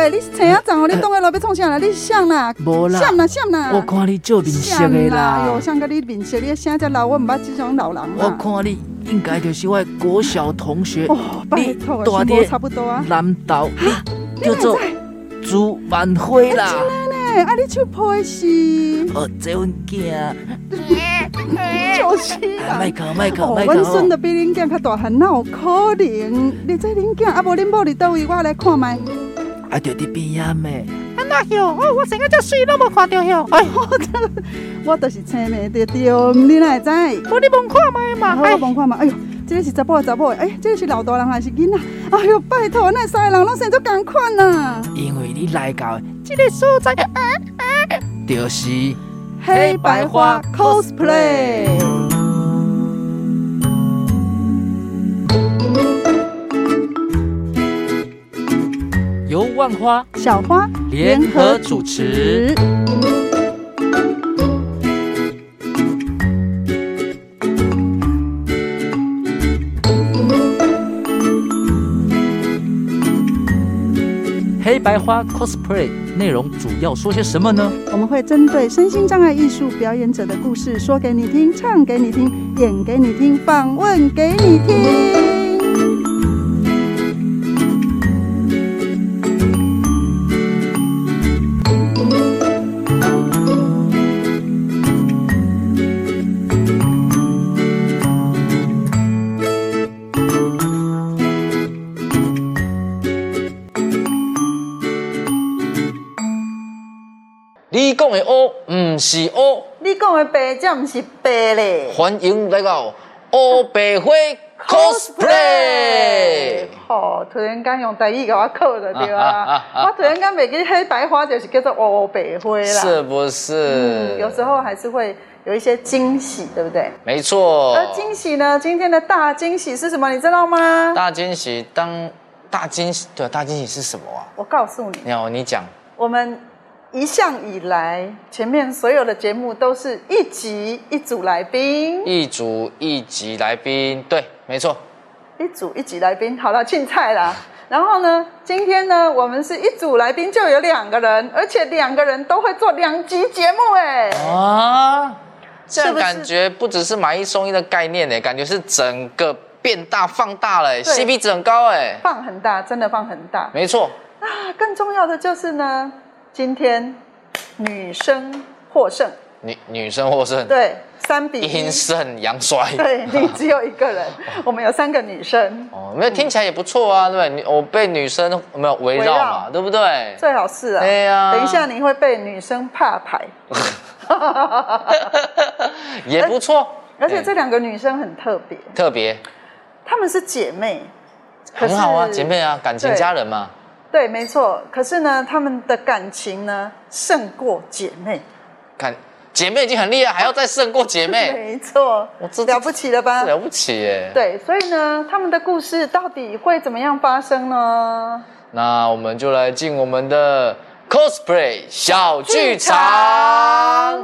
喂，你是青仔长哦，你当下落要创啥啦？你是谁啦？ 无啦， 闪啦！ 我看你做面色的啦。 哎呦，像个你面色，你声遮老，我唔捌这种老人啦。 我看你应该就是我国小同学。 哦，拜托，是无差不多啊。 南投，你叫做朱万辉啦。 啊，你手皮是？ 这阮囝。 就是啦。 麦克。 阮孙都比恁囝较大汉，哪有可能？你这恁囝，啊无恁某伫倒位？我来看卖。 啊，就伫边仔咩？ 哪有？哦，我生个遮水，拢无看到哟。哎， 我就是青妹着着，你哪会知？ 我你望看卖嘛。 我望看嘛。哎呦，这个是查某的，哎，这个是老大人还是囡仔？哎呦，拜托，那三个人拢生做同款呐。 因为你来到这个所在， 就是黑白花 cosplay。 由万花、 小花联合主持。黑白花 cosplay 内容主要说些什么呢？ 我们会针对身心障碍艺术表演者的故事说给你听，唱给你听，演给你听，访问给你听。 你讲的乌，唔是乌。 你讲的白，这唔是白咧。 欢迎来到乌白花 cosplay。 哦，突然间用台语给我考就对啊。我突然间袂记黑白花就是叫做乌白花啦。 是不是？ 有时候还是会有一些惊喜，对不对？ 没错。 而惊喜呢？今天的大惊喜是什么？你知道吗？ 大惊喜，大惊喜是什么啊？ 我告诉你。 你讲。 我们一向以来，前面所有的节目都是一集一组来宾， 一组一集来宾，对，没错， 一组一集来宾。好了，青菜啦。然后呢，今天呢，我们是一组来宾就有2个人，而且2个人都会做2集节目，哎。 啊，这样感觉不只是买1送1的概念，哎，感觉是整个变大放大了，CP 值很高，哎， 放很大，真的放很大， 没错。 啊，更重要的就是呢，今天女生获胜， 女生获胜， 对，3比1， 阴盛阳衰， 对你只有1个人，我们有3个女生， 哦，没有听起来也不错啊，对不对？我被女生没有围绕嘛，对不对？ 最好是啊， 对呀， 等一下你会被女生怕牌， 也不错， 而且这2个女生很特别，她们是姐妹， 很好啊，姐妹啊，感情家人嘛。 对，没错。可是呢，她们的感情呢胜过姐妹。 姐妹已经很厉害，还要再胜过姐妹。 没错，了不起了吧？ 了不起耶！ 对，所以呢，她们的故事到底会怎么样发生呢？ 那我们就来进我们的 cosplay 小剧场。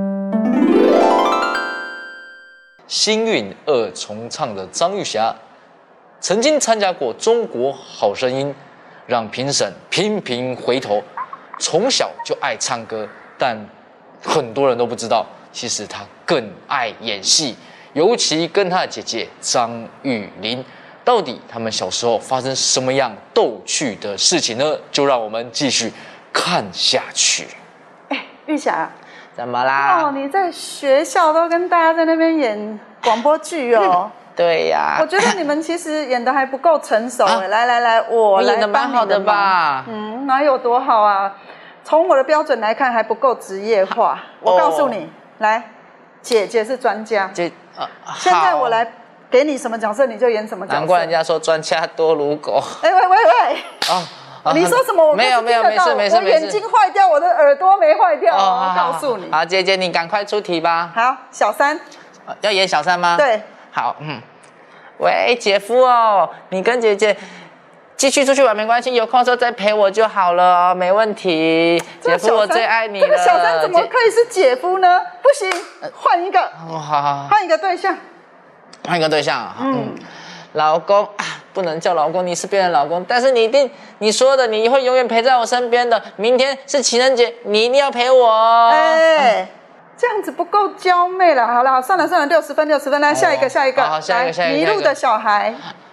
星运2重唱的张玉霞，曾经参加过《中国好声音》。让评审频频回头。从小就爱唱歌，但很多人都不知道，其实他更爱演戏。尤其跟他的姐姐张玉玲，到底他们小时候发生什么样逗趣的事情呢？就让我们继续看下去。 玉霞， 怎么啦？ 哦，你在学校都跟大家在那边演广播剧哦。 对呀， 我觉得你们其实演的还不够成熟哎。来，我来帮你的忙。演的蛮好的吧？ 哪有多好啊？从我的标准来看，还不够职业化。我告诉你，来，姐姐是专家。现在我来给你什么角色，你就演什么角色。 难怪人家说专家多如狗。 喂！你说什么？我没有，没事。 我眼睛坏掉，我的耳朵没坏掉。我告诉你。 好，姐姐，你赶快出题吧。 好，小三。 要演小三吗？ 对。 好，喂，姐夫哦，你跟姐姐继续出去玩没关系，有空的时候再陪我就好了，没问题。姐夫，我最爱你了。这个小三怎么可以是姐夫呢？不行，换一个。 好， 换一个对象。 换一个对象。老公， 不能叫老公，你是别人老公，但是你说的你会永远陪在我身边的。明天是情人节，你一定要陪我。 这样子不够娇媚了。好了，算了，60分，来下一个。 好，下一个。 迷路的小孩。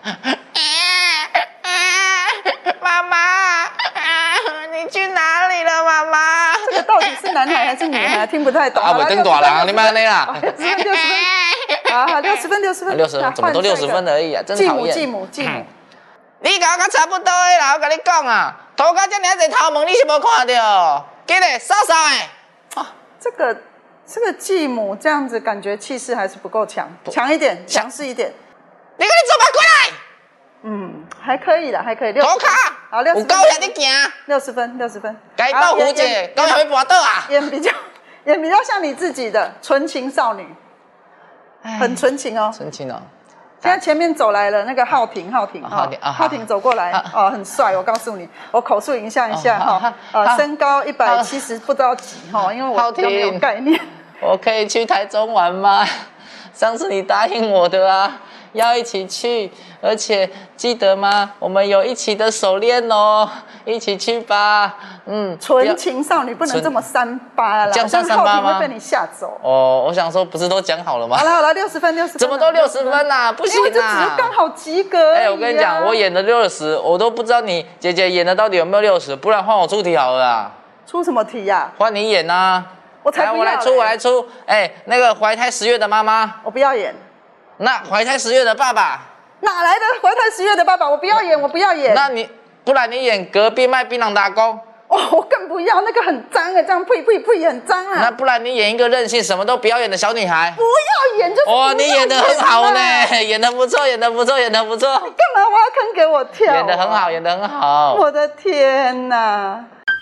妈妈，你去哪里了，妈妈？ 这个到底是男孩还是女孩？听不太懂。 啊，我真大人，你妈那啦。 60分。好，60分。 60分，怎么都60分而已啊，真讨厌。 继母。 你甲我差不多的啦，我跟你讲啊，涂到这么侪头毛，你是无看到？紧嘞，扫的。 啊，这个继母这样子，感觉气势还是不够强，强一点，强势一点。 你跟你做嘛过来？ 还可以啦，还可以。 涂卡， 好，60分。 有狗遐你行 ？60分。 该倒胡姐，狗还没跋倒啊？ 也比较像你自己的纯情少女，很纯情哦。 纯情哦。 现在前面走来了那个浩庭走过来哦，很帅。我告诉你，我口述影像一下哈。身高170不知道几哈，因为我比较没有概念。 我可以去台中玩吗？上次你答应我的啊。要一起去，而且记得吗？我们有一起的手链哦，一起去吧。 纯情少女不能这么38啦， 这样算38吗？ 会被你吓走。 哦，我想说，不是都讲好了吗？ 好了，60分。 怎么都60分啊？不行啊！ 这只是刚好及格而已。 我跟你讲，我演的60，我都不知道你姐姐演的到底有没有60，不然换我出题好了啦。 出什么题呀？ 换你演啊！ 我才不要。 我来出。那个怀胎10月的妈妈， 我不要演。 那怀胎10月的爸爸， 哪来的怀胎10月的爸爸？我不要演。 不然你演隔壁卖槟榔的阿公。 我更不要，那个很脏这样呸很脏啊。 那不然你演一个任性什么都不要演的小女孩。 不要演就是你演得很好呢，演得不错。你干嘛挖坑给我跳？ 演得很好。 我的天哪！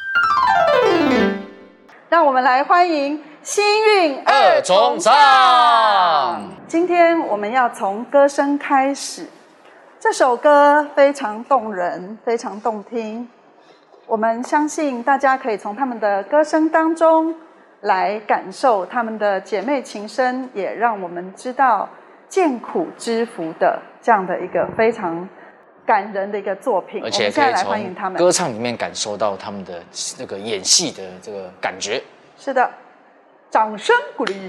让我们来欢迎星运2重唱。今天我们要从歌声开始，这首歌非常动人，非常动听。我们相信大家可以从他们的歌声当中来感受他们的姐妹情深，也让我们知道见苦知福的这样的一个非常感人的一个作品。 而且可以从歌唱里面感受到他们的那个演戏的这个感觉。 是的，掌声鼓励。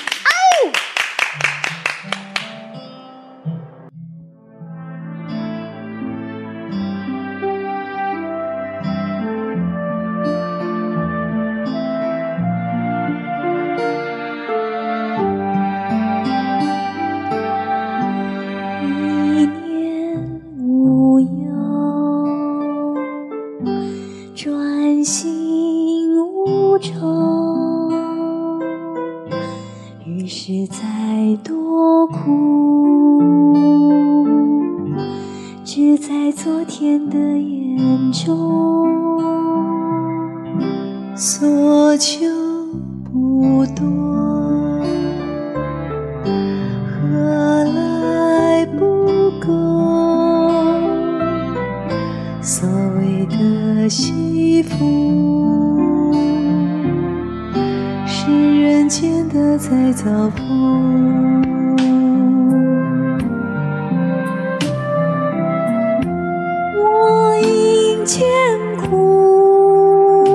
所求不多，何来不够？所谓的幸福，是人间的再造风。我因艰苦，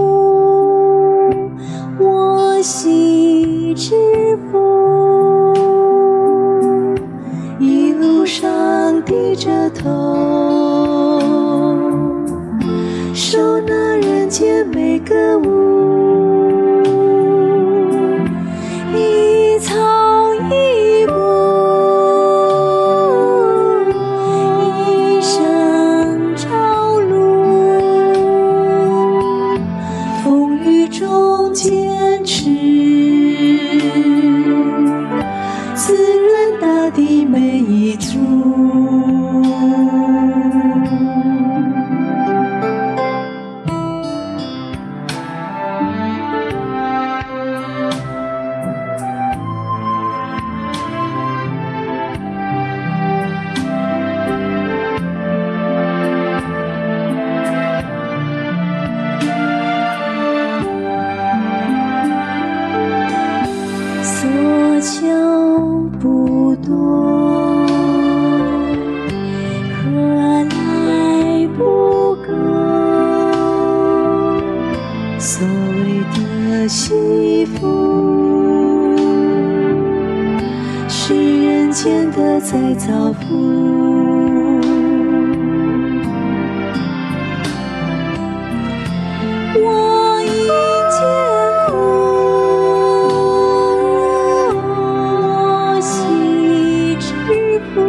喜知福，一路上低着头，受那人间每个物，一草一木，一生朝露，风雨中坚持，滋润大地每一株。所求不多， 渐渐地在造福。我迎接呼吸之福，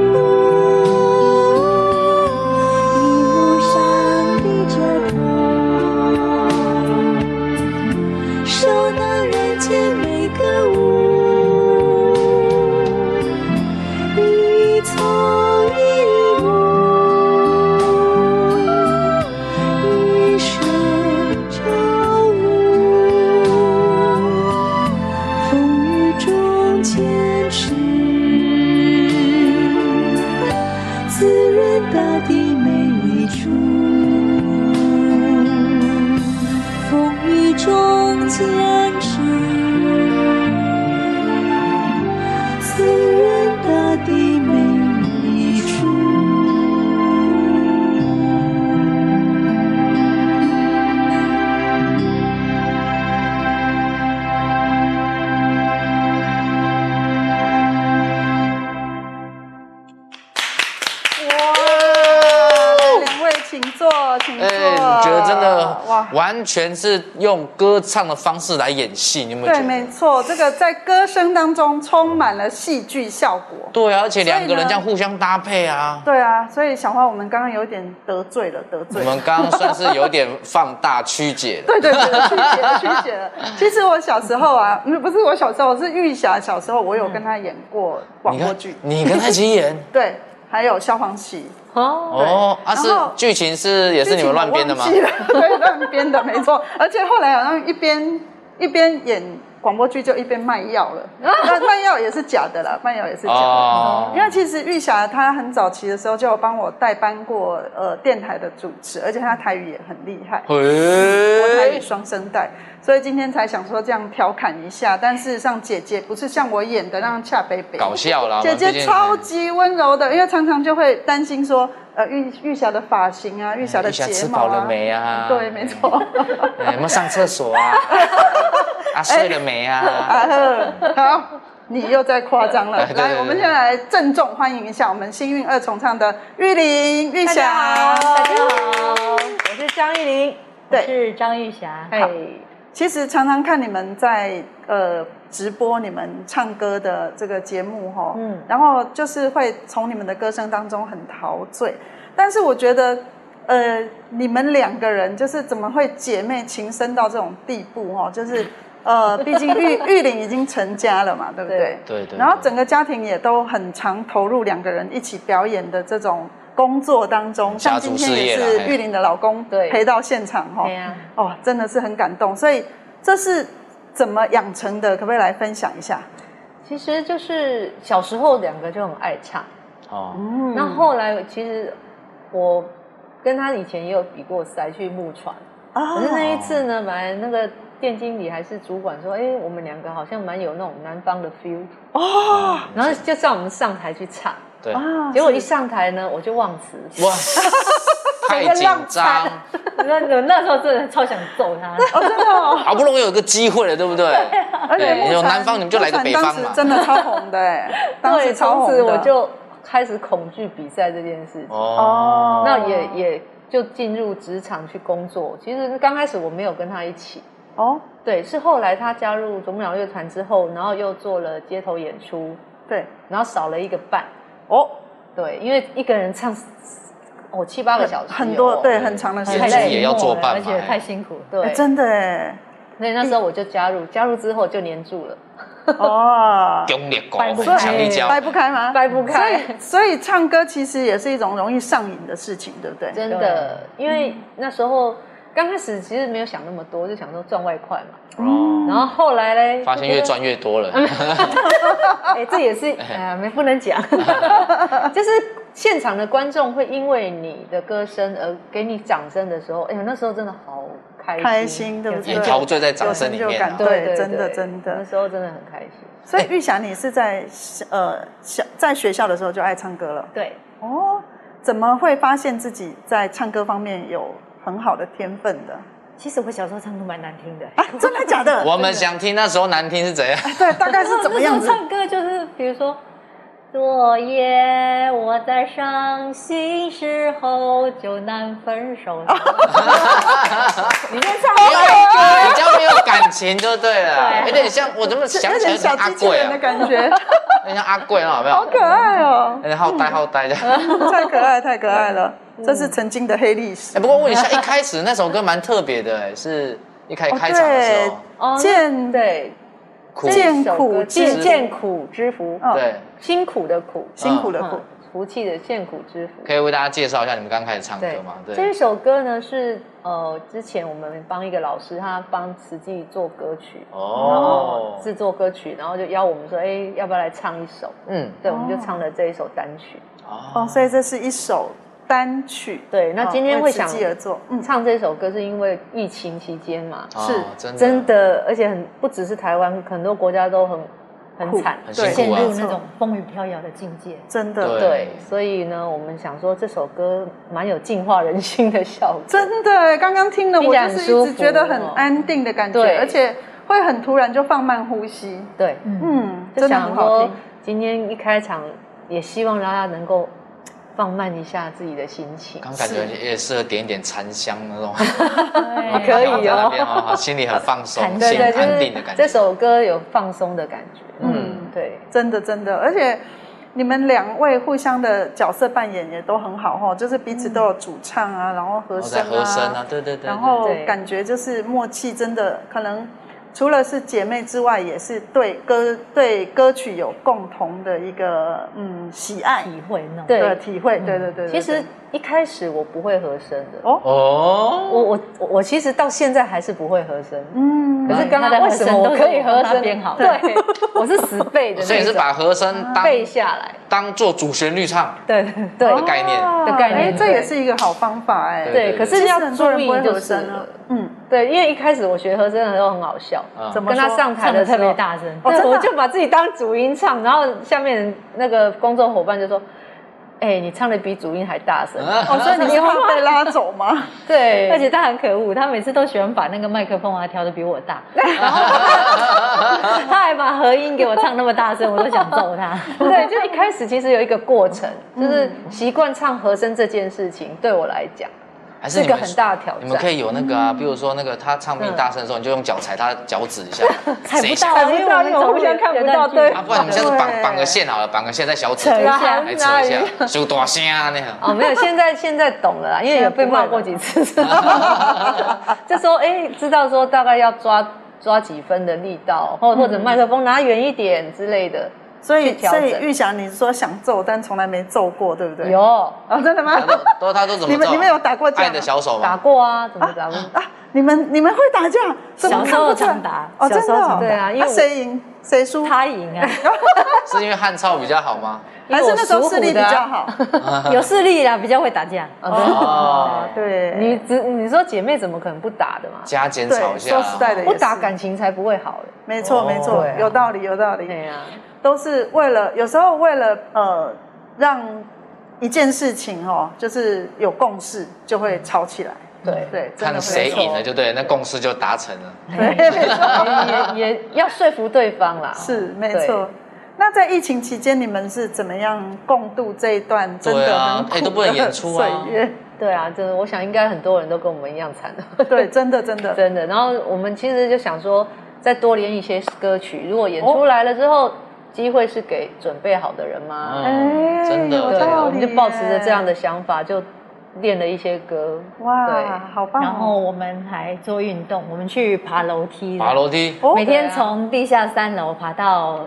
一路上低着头，受到人间每个物，一草一木，一生朝暮，风雨中坚持，滋润大地每一处，风雨中坚持，滋润大地每一处。 两位请坐，请坐。 觉得真的哇， 完全是用歌唱的方式来演戏，你有没有觉对， 得？ 没错，这个在歌声当中充满了戏剧效果。 对啊，而且两个人这样互相搭配啊。 对啊，所以小花，我们刚刚有点得罪了。 我们刚刚算是有点放大曲解了。 对对对，曲解了。其实我小时候啊，不是我小时候，是玉霞小时候，我有跟她演过广播剧。 你跟他一起演？ 对，还有消防旗。 哦，是剧情也是你们乱编的吗？ 剧情我忘记了对，乱编的没错。而且后来好像一边演广播剧就一边卖药了，那卖药也是假的啦，卖药也是假的。 哦因为其实玉霞她很早期的时候就有帮我代班过电台的主持，而且她台语也很厉害，国台语双声带。所以今天才想说这样调侃一下，但事实上姐姐不是像我演的那样恰北北， 搞笑啦。 姐姐超级温柔的，因为常常就会担心说，玉霞的发型啊，玉霞的睫毛啊， 吃饱了没啊？ 对，没错。 有没有上厕所啊？睡了没啊？ 好，你又在夸张了。 对对对来，我们现在来郑重欢迎一下我们星韵二重唱的玉玲、玉霞。 大家好，我是张玉玲，我对是张玉霞。 其实常常看你们在直播你们唱歌的这个节目哈，然后就是会从你们的歌声当中很陶醉，但是我觉得你们两个人就是怎么会姐妹情深到这种地步哈？就是毕竟玉玲已经成家了嘛，对不对？ 对对。 然后整个家庭也都很常投入两个人一起表演的这种工作当中，像今天也是玉玲的老公陪到现场哈，哦，真的是很感动。所以这是怎么养成的？可不可以来分享一下？ 其实就是小时候两个就很爱唱哦，那后来其实我跟他以前也有比过赛去木船，可是那一次呢，本来那个店经理还是主管说，我们两个好像蛮有那种南方的 feel 哦，然后就叫我们上台去唱。 对， 结果一上台呢，我就忘词， 哇，太紧张。 那时候真的超想揍他， 哦，真的哦， 好不容易有个机会了，对不对？ 而且有南方，你们就来个北方嘛。 真的超红的哎， 对，从此我就开始恐惧比赛这件事情。哦，那也就进入职场去工作。其实刚开始我没有跟他一起。哦，对，是后来他加入啄木鸟乐团之后，然后又做了街头演出， 对， 然后少了一个伴。哦，对，因为一个人唱7-8个小时， 很多，对，很长的时间， 也要做伴， 而且太辛苦，对， 真的哎。 所以那时候我就加入之后就黏住了。 哦，强烈狗，强力胶， 掰不开吗？ 掰不开。 所以唱歌其实也是一种容易上瘾的事情，对不对？ 真的，因为那时候刚开始其实没有想那么多，就想说赚外快嘛。哦。然后后来嘞， 发现越赚越多了。 这也是不能讲，就是现场的观众会因为你的歌声而给你掌声的时候，那时候真的好开心， 对不对？ 也陶醉在掌声里面。 对，真的。 那时候真的很开心。 所以玉霞，你是在在学校的时候就爱唱歌了？ 对。 哦，怎么会发现自己在唱歌方面有很好的天分的？ 其实我小时候唱歌蛮难听的啊，真的假的？ 我们想听那时候难听是怎样？ 对，大概是怎么样子？ 唱歌就是比如说， 昨夜我在伤心时候就难分手。你在唱比较没有感情就对了，有点像我怎么想起来像阿贵的感觉， 有点像阿贵有没有？ 好可爱哦， 好呆的， 太可爱了，这是曾经的黑历史。 不过问一下，一开始那首歌蛮特别的，是一开场的时候， 见苦之福， 对， 辛苦的苦，福气的见苦之福。 可以为大家介绍一下你们刚开始唱歌吗？ 对，这一首歌呢是之前我们帮一个老师，他帮慈济做歌曲，然后制作歌曲，然后就邀我们说，要不要来唱一首？对，我们就唱了这一首单曲。 所以这是一首单曲。 对，那今天会想唱这首歌，是因为疫情期间嘛， 是真的，而且不只是台湾，很多国家都很惨， 陷入那种风雨飘摇的境界， 真的。 对，所以呢，我们想说这首歌蛮有净化人心的效果。 真的，刚刚听了我就是一直觉得很安定的感觉，而且会很突然就放慢呼吸。 对， 真的很好听。 今天一开场，也希望大家能够放慢一下自己的心情。 刚感觉也适合点一点禅香那种， 可以哦， 心里很放松， 心安定的感觉。 这首歌有放松的感觉。对， 真的，而且你们两位互相的角色扮演也都很好哈，就是彼此都有主唱啊，然后和声啊， 对， 然后感觉就是默契，真的可能除了是姐妹之外，也是对歌曲有共同的一个喜爱体会那种对体会，对。 其实一开始我不会和声的我其实到现在还是不会和声，可是刚刚为什么我可以和声变好？对，我是死背的， 所以是把和声背下来， 当做主旋律唱， 对的概念， 这也是一个好方法对，可是要注意就是了，对，因为一开始我学和声的时候很好笑，怎么跟他上台的特别大声， 我就把自己当主音唱，然后下面那个工作伙伴就说，你唱的比主音还大声， 所以你是怕被拉走吗？ 对， 而且他很可恶，他每次都喜欢把那个麦克风调得比我大，然后他还把和音给我唱那么大声，我都想揍他。 对，就一开始其实有一个过程，就是习惯唱和声这件事情，对我来讲。 还是一个很大的挑战。 你们可以有那个比如说那个他唱比你大声的时候，你就用脚踩他脚趾一下， 踩不到， 因为我们互相看不到，对。 不然你们下次绑个线好了，绑个线在小指头上来扯一下，收大声啊那样。 没有，现在懂了啦，因为有被骂过几次。这时候知道说大概要抓几分的力道，或者麦克风拿远一点之类的。 所以玉祥，你说想揍，但从来没揍过，对不对？ 有真的吗？ 他都怎么揍？ 你们有打过架？ 爱的小手吗？ 打过啊，怎么打过？ 你们会打架？ 小时候常打， 真的？ 对啊，因为谁赢谁输？ 他赢啊。 是因为汉超比较好吗？ 还是那时候视力比较好？ 有视力啦，比较会打架。 对。 你说姐妹怎么可能不打的嘛？ 加减吵一下。 说实在的， 不打感情才不会好。 没错，有道理。 对啊。 都是有时候为了让一件事情就是有共识，就会吵起来。对， 看谁赢了就对，那共识就达成了。 对，也要说服对方啦。 是没错。那在疫情期间，你们是怎么样共度这一段真的很苦都不能演出啊？ 对啊，真的，我想应该很多人都跟我们一样惨。 对，真的。 然后我们其实就想说，再多练一些歌曲，如果演出来了之后。机会是给准备好的人吗？ 真的， 对，我们就抱持着这样的想法，就练了一些歌。 哇，好棒！ 然后我们还做运动，我们去爬楼梯，每天从地下3楼爬到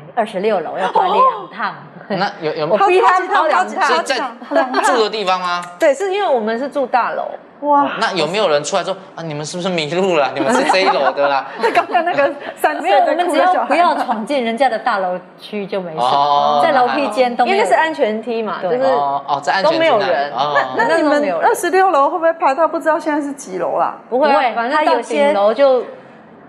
26楼，要爬2趟。 那有我逼他跑2趟， 是在住的地方吗？ 对，是因为我们是住大楼。 哇， 那有没有人出来说你们是不是迷路了？你们是这一楼的啦？ 刚刚那个3岁的哭的小孩， 我们只要不要闯进人家的大楼区就没事，在楼梯间都没有， 因为是安全梯嘛，就是在安全梯都没有人。 那你们26楼会不会爬到不知道现在是几楼啦？ 不会，反正到顶楼就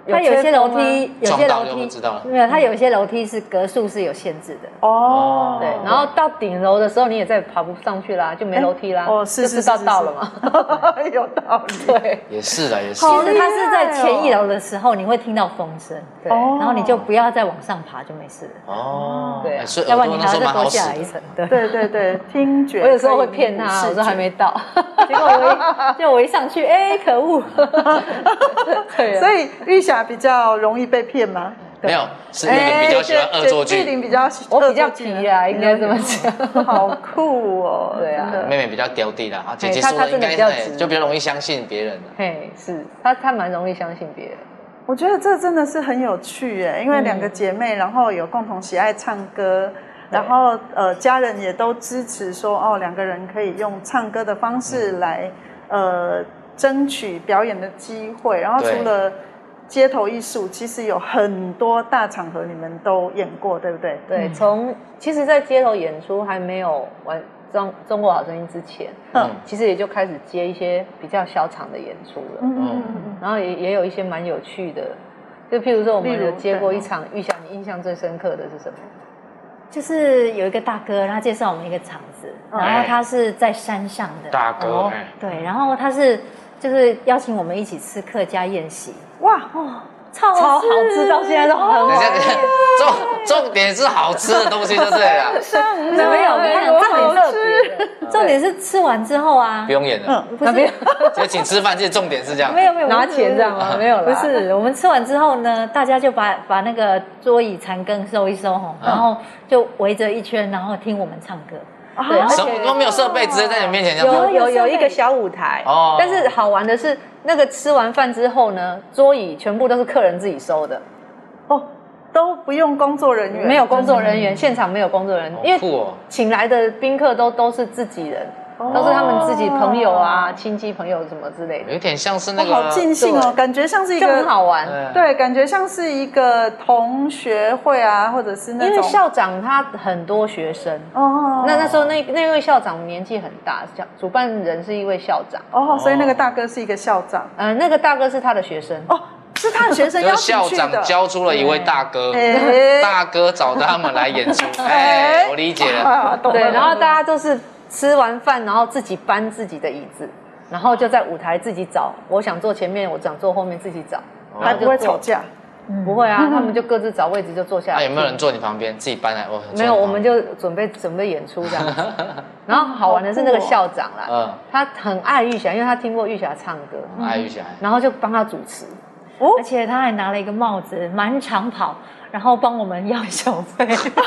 它有些楼梯，没有，它有些楼梯是格数是有限制的。哦，对，然后到顶楼的时候，你也再爬不上去啦，就没楼梯啦。哦，是到了嘛。 有道理。 对，也是的，也是。 其实它是在前1楼的时候，你会听到风声，对，然后你就不要再往上爬，就没事了。哦，对，要不然你还要再多下来一层。 对，听觉。 我有时候会骗他，我说还没到，结果我一上去，可恶。 对，所以玉霞比较容易被骗吗？ 没有，是玉玲比较喜欢恶作剧。 玉玲比较， 我比较皮啊，应该这么讲。 好酷哦！ 对啊， 妹妹比较刁地啦，姐姐说的应该就比较容易相信别人。 嘿，是她蛮容易相信别人。 我觉得这真的是很有趣耶，因为2个姐妹，然后有共同喜爱唱歌，然后家人也都支持说2个人可以用唱歌的方式来争取表演的机会，然后除了街头艺术，其实有很多大场合你们都演过，对不对？ 对，其实，在街头演出还没有玩中国好声音之前，其实也就开始接一些比较小场的演出了，然后也有一些蛮有趣的，就譬如说我们有接过一场玉霞，你印象最深刻的是什么？ 就是有一个大哥，他介绍我们一个场子，然后他是在山上的大哥， 对，然后他就是邀请我们一起吃客家宴席，哇超好吃，到现在都很好吃。 重点是好吃的东西就对了。 没有，我跟你讲，重点是吃完之后啊， 不用演了， 不是， 直接请吃饭，这重点是这样。 没有拿钱这样吗？没有啦， 不是，我们吃完之后呢，大家就把那个桌椅残羹收一收，然后就围着一圈，然后听我们唱歌。 对，什么都没有设备，直接在你面前这样。 有一个小舞台，但是好玩的是，那个吃完饭之后呢，桌椅全部都是客人自己收的， 都不用工作人员， 没有工作人员，现场没有工作人员，因为请来的宾客都是自己人。都是他们自己朋友啊、亲戚朋友什么之类的， 有点像是那个， 好尽兴哦，感觉像是一个就很好玩， 对，感觉像是一个同学会啊，或者是那种， 因为校长他很多学生哦，那时候那位校长年纪很大，主办人是一位校长哦，所以那个大哥是一个校长， 那个大哥是他的学生哦。 是他的学生邀请去的， 校长教出了一位大哥，大哥找他们来演出，我理解了， 对，然后大家都是吃完饭，然后自己搬自己的椅子，然后就在舞台自己找，我想坐前面，我想坐后面，自己找， 还不会吵架？ 不会啊，他们就各自找位置就坐下来。 有没有人坐你旁边？自己搬来？ 没有，我们就准备演出这样子。然后好玩的是那个校长啦，他很爱玉霞，因为他听过玉霞唱歌， 爱玉霞， 然后就帮他主持。 而且他还拿了一个帽子，满场跑，然后帮我们要小费。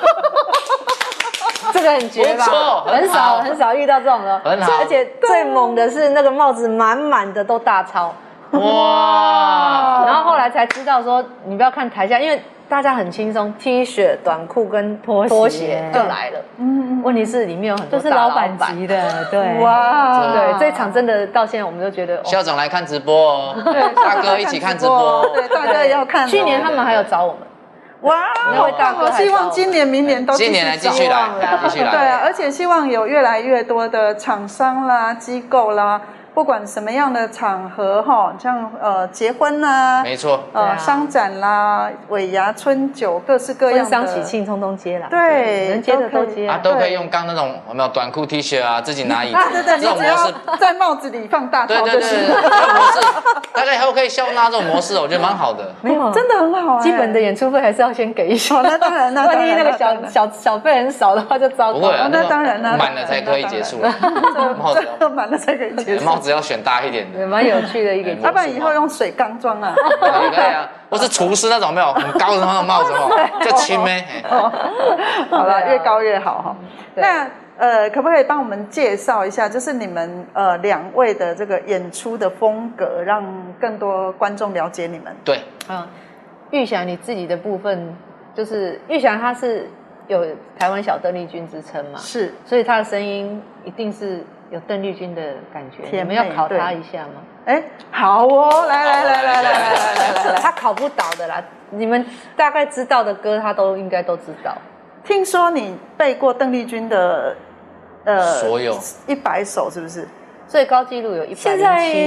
这个很绝吧？很少遇到这种的， 很好。 而且最猛的是那个帽子满满的都大钞，哇！然后后来才知道说，你不要看台下，因为大家很轻松 ，T 恤、短裤跟拖鞋就来了。问题是里面有很多都是老板级的，对。 哇，对，这场真的到现在我们都觉得， 校长来看直播哦，大哥一起看直播， 对，大家也要看。 去年他们还有找我们。 哇，那位大哥，希望今年、明年都今年继续来。 对啊，而且希望有越来越多的厂商啦、机构啦。不管什么样的场合哈，像结婚啦， 没错， 商展啦、尾牙、春酒，各式各样的婚丧喜庆，通通接啦。 对， 能接的都接啊，都可以用刚那种有没有短裤 T 恤啊，自己拿椅子， 对，这种模式在帽子里放大钞， 对，这种模式，大家以后可以笑纳这种模式，我觉得蛮好的。 没有， 真的很好， 基本的演出费还是要先给一下。 那当然， 万一那个小费很少的话，就糟糕。 不会， 那当然啦， 满了才可以结束了。 帽子满了才可以结束， 帽子要选大一点。 对，蛮有趣的一个， 要不然以后用水缸装啊， 也可以啊。或是厨师那种没有很高的那种帽子哦，就轻咩。 好了，越高越好哈。那可不可以帮我们介绍一下，就是你们2位的这个演出的风格，让更多观众了解你们？ 对， 玉霞你自己的部分，就是玉霞她是有台湾小邓丽君之称嘛， 是， 所以她的声音一定是有邓丽君的感觉，你们要考她一下吗？ 哎，好哦，来， 她考不倒的啦，你们大概知道的歌，她应该都知道。 听说你背过邓丽君的所有 100首，是不是？ 最高纪录有107。 现在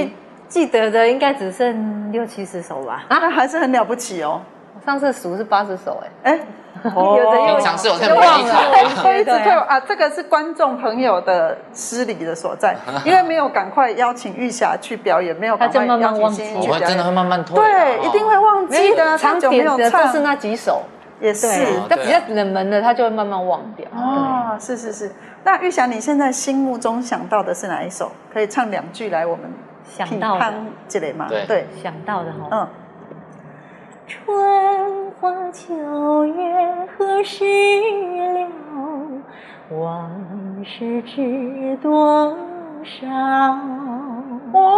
记得的应该只剩60-70首吧。 那还是很了不起哦。 上次数是80首平常是有在忘了，所以一直退啊。这个是观众朋友的失礼的所在，因为没有赶快邀请玉霞去表演，没有赶快邀请新韵去表演， 真的会慢慢退。 对，一定会忘记的。 常点的就是那几首， 也是， 但比较冷门的，他就会慢慢忘掉。 哦，是。那玉霞，你现在心目中想到的是哪一首？可以唱2句来，我们想到的这类吗？ 对，想到的哈。春花秋月何时了？往事知多少？ 哦，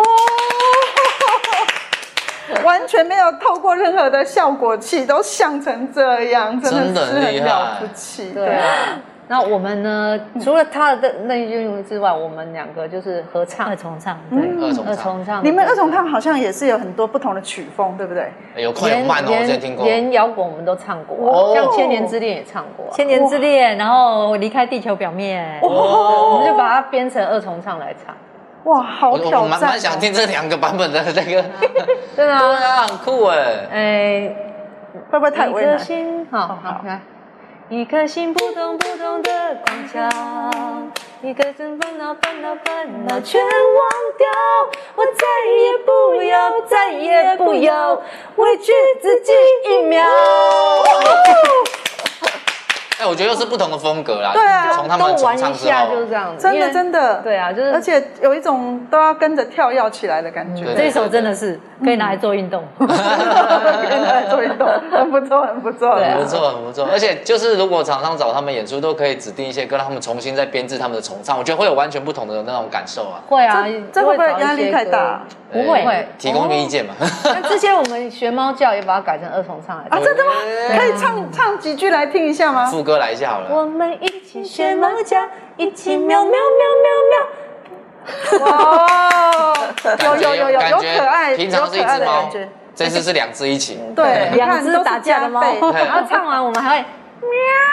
完全没有透过任何的效果器，都像成这样，真的是很了不起。 对啊。那我们呢？除了他的那一句之外，我们2个就是合唱、 二重唱， 对，二重唱。 你们二重唱好像也是有很多不同的曲风，对不对？ 有快有慢哦，我之前听过。 连摇滚我们都唱过，像《千年之恋》也唱过， 《千年之恋》，然后离开地球表面， 我们就把它编成二重唱来唱。 哇，好挑战！ 我蛮想听这2个版本的那个。 对啊， 很酷哎。 会不会太为难？ 好，来。一颗心扑通扑通的狂跳，一颗心烦恼全忘掉，我再也不要委屈自己1秒。 我觉得又是不同的风格啦。 对啊， 从他们都玩一下就是这样子。 真的。 对啊，就是， 而且有一种都要跟着跳跃起来的感觉。 这一首真的是可以拿来做运动。 可以拿来做运动，很不错。 很不错。而且就是如果厂商找他们演出，都可以指定一些歌，让他们重新再编制他们的重唱，我觉得会有完全不同的那种感受啊。 会啊， 这会不会压力太大？ 不会， 提供一个意见嘛。 那之前我们学猫叫也把它改成二重唱来。 真的吗？可以唱几句来听一下吗？ 副歌来一下好了。 我们一起学猫叫，一起喵喵喵喵喵。哇，有可爱， 平常是一只猫，这次是2只一起。 对 ，2只打架的猫。 然后唱完我们还会喵。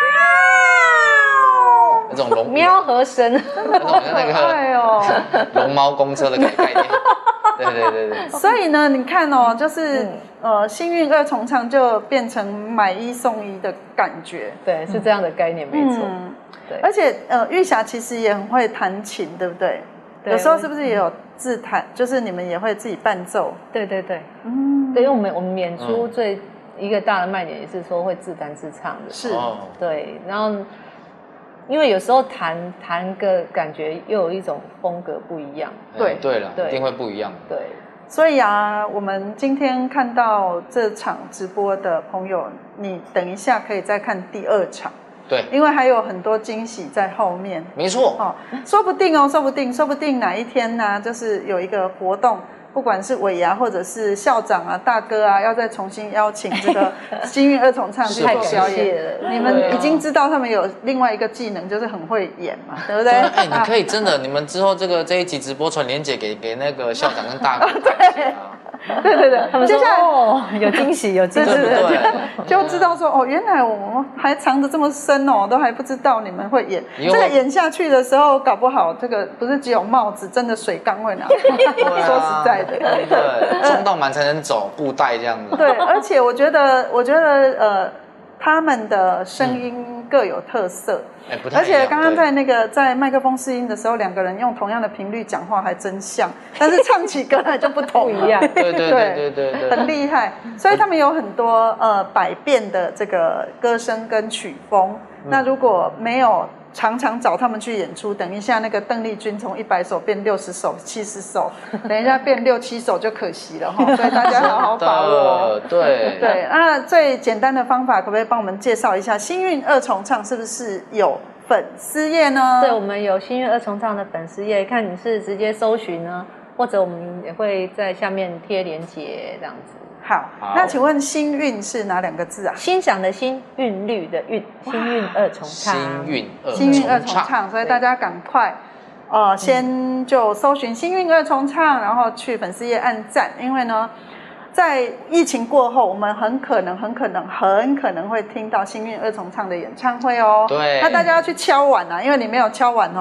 那种喵和声， 那种像那个龙猫公车的概念。对。 所以呢，你看哦，就是幸运2重唱就变成买1送1的感觉。 对，是这样的概念，没错。 对，而且玉霞其实也很会弹琴，对不对？有时候是不是也有自弹？就是你们也会自己伴奏？ 对。对，因为我们演出最一个大的卖点也是说会自弹自唱的。 是。 对，然后。因为有时候弹个感觉又有一种风格不一样， 对了，一定会不一样。 对， 所以啊，我们今天看到这场直播的朋友，你等一下可以再看第2场， 对， 因为还有很多惊喜在后面。 没错， 说不定哪一天呢，就是有一个活动。不管是尾牙或者是校长啊、大哥啊，要再重新邀请这个幸运2重唱去做表演，你们已经知道他们有另外一个技能，就是很会演嘛，对不对？ 你可以真的，你们之后这一集直播传连结给那个校长跟大哥。 对， 他们说有惊喜，有惊喜， 就知道说原来我们还藏得这么深哦，都还不知道你们会演。这个演下去的时候，搞不好这个不是只有帽子，真的水缸会拿。说实在的， 对，装到满才能走，布袋这样子。 对，而且我觉得他们的声音各有特色。而且刚刚在麦克风试音的时候，2个人用同样的频率讲话还真像，但是唱起歌来就不同一样。 对，很厉害。所以他们有很多百变的这个歌声跟曲风。那如果没有常找他们去演出，等一下那个邓丽君从100首变60首、70首，等一下变6、7首就可惜了哈。所以大家好好把握。 对。 那最简单的方法，可不可以帮我们介绍一下幸运2重唱是不是有粉丝页呢？ 对，我们有幸运2重唱的粉丝页，看你是直接搜寻呢，或者我们也会在下面贴连结这样子。 好，那请问幸运是哪2个字啊？ 欣赏的欣，韵律的韵，幸运2重唱。 幸运2重唱，所以大家赶快先就搜寻幸运2重唱，然后去粉丝页按赞，因为呢，在疫情过后，我们很可能会听到幸运2重唱的演唱会哦。 对， 那大家要去敲碗啊，因为你没有敲碗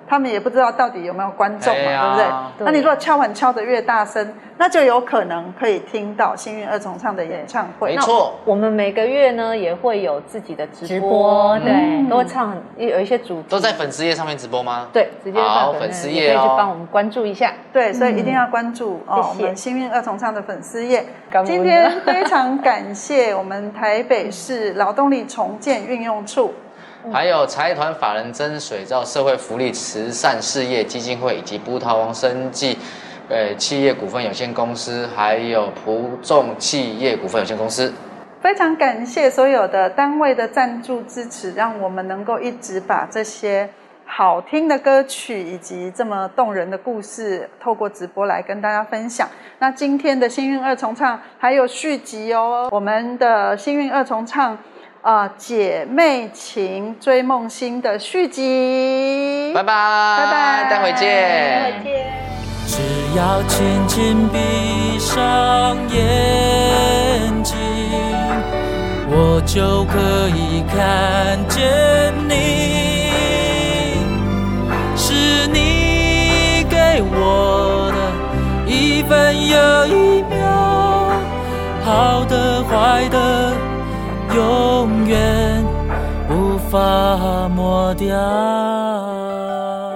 他们也不知道到底有没有观众嘛，对不对？那你如果敲碗敲得越大声，那就有可能可以听到幸运二重唱的演唱会。 没错， 我们每个月呢也会有自己的直播，对，都会唱有一些主题。 都在粉丝页上面直播吗？ 对，直接到粉丝页可以去帮我们关注一下。 对，所以一定要关注我们幸运二重唱的粉丝页。今天非常感谢我们台北市劳动力重建运用处。 还有财团法人真水造社会福利慈善事业基金会，以及葡萄王生技企业股份有限公司，还有葡众企业股份有限公司。 非常感谢所有的单位的赞助支持，让我们能够一直把这些好听的歌曲以及这么动人的故事透过直播来跟大家分享。那今天的幸运二重唱还有续集哦，我们的幸运二重唱姐妹情追梦星的续集。 拜拜拜拜，待会见。 待会见。 只要轻轻闭上眼睛，我就可以看见你，是你给我的一分又一秒，好的坏的永远无法抹掉。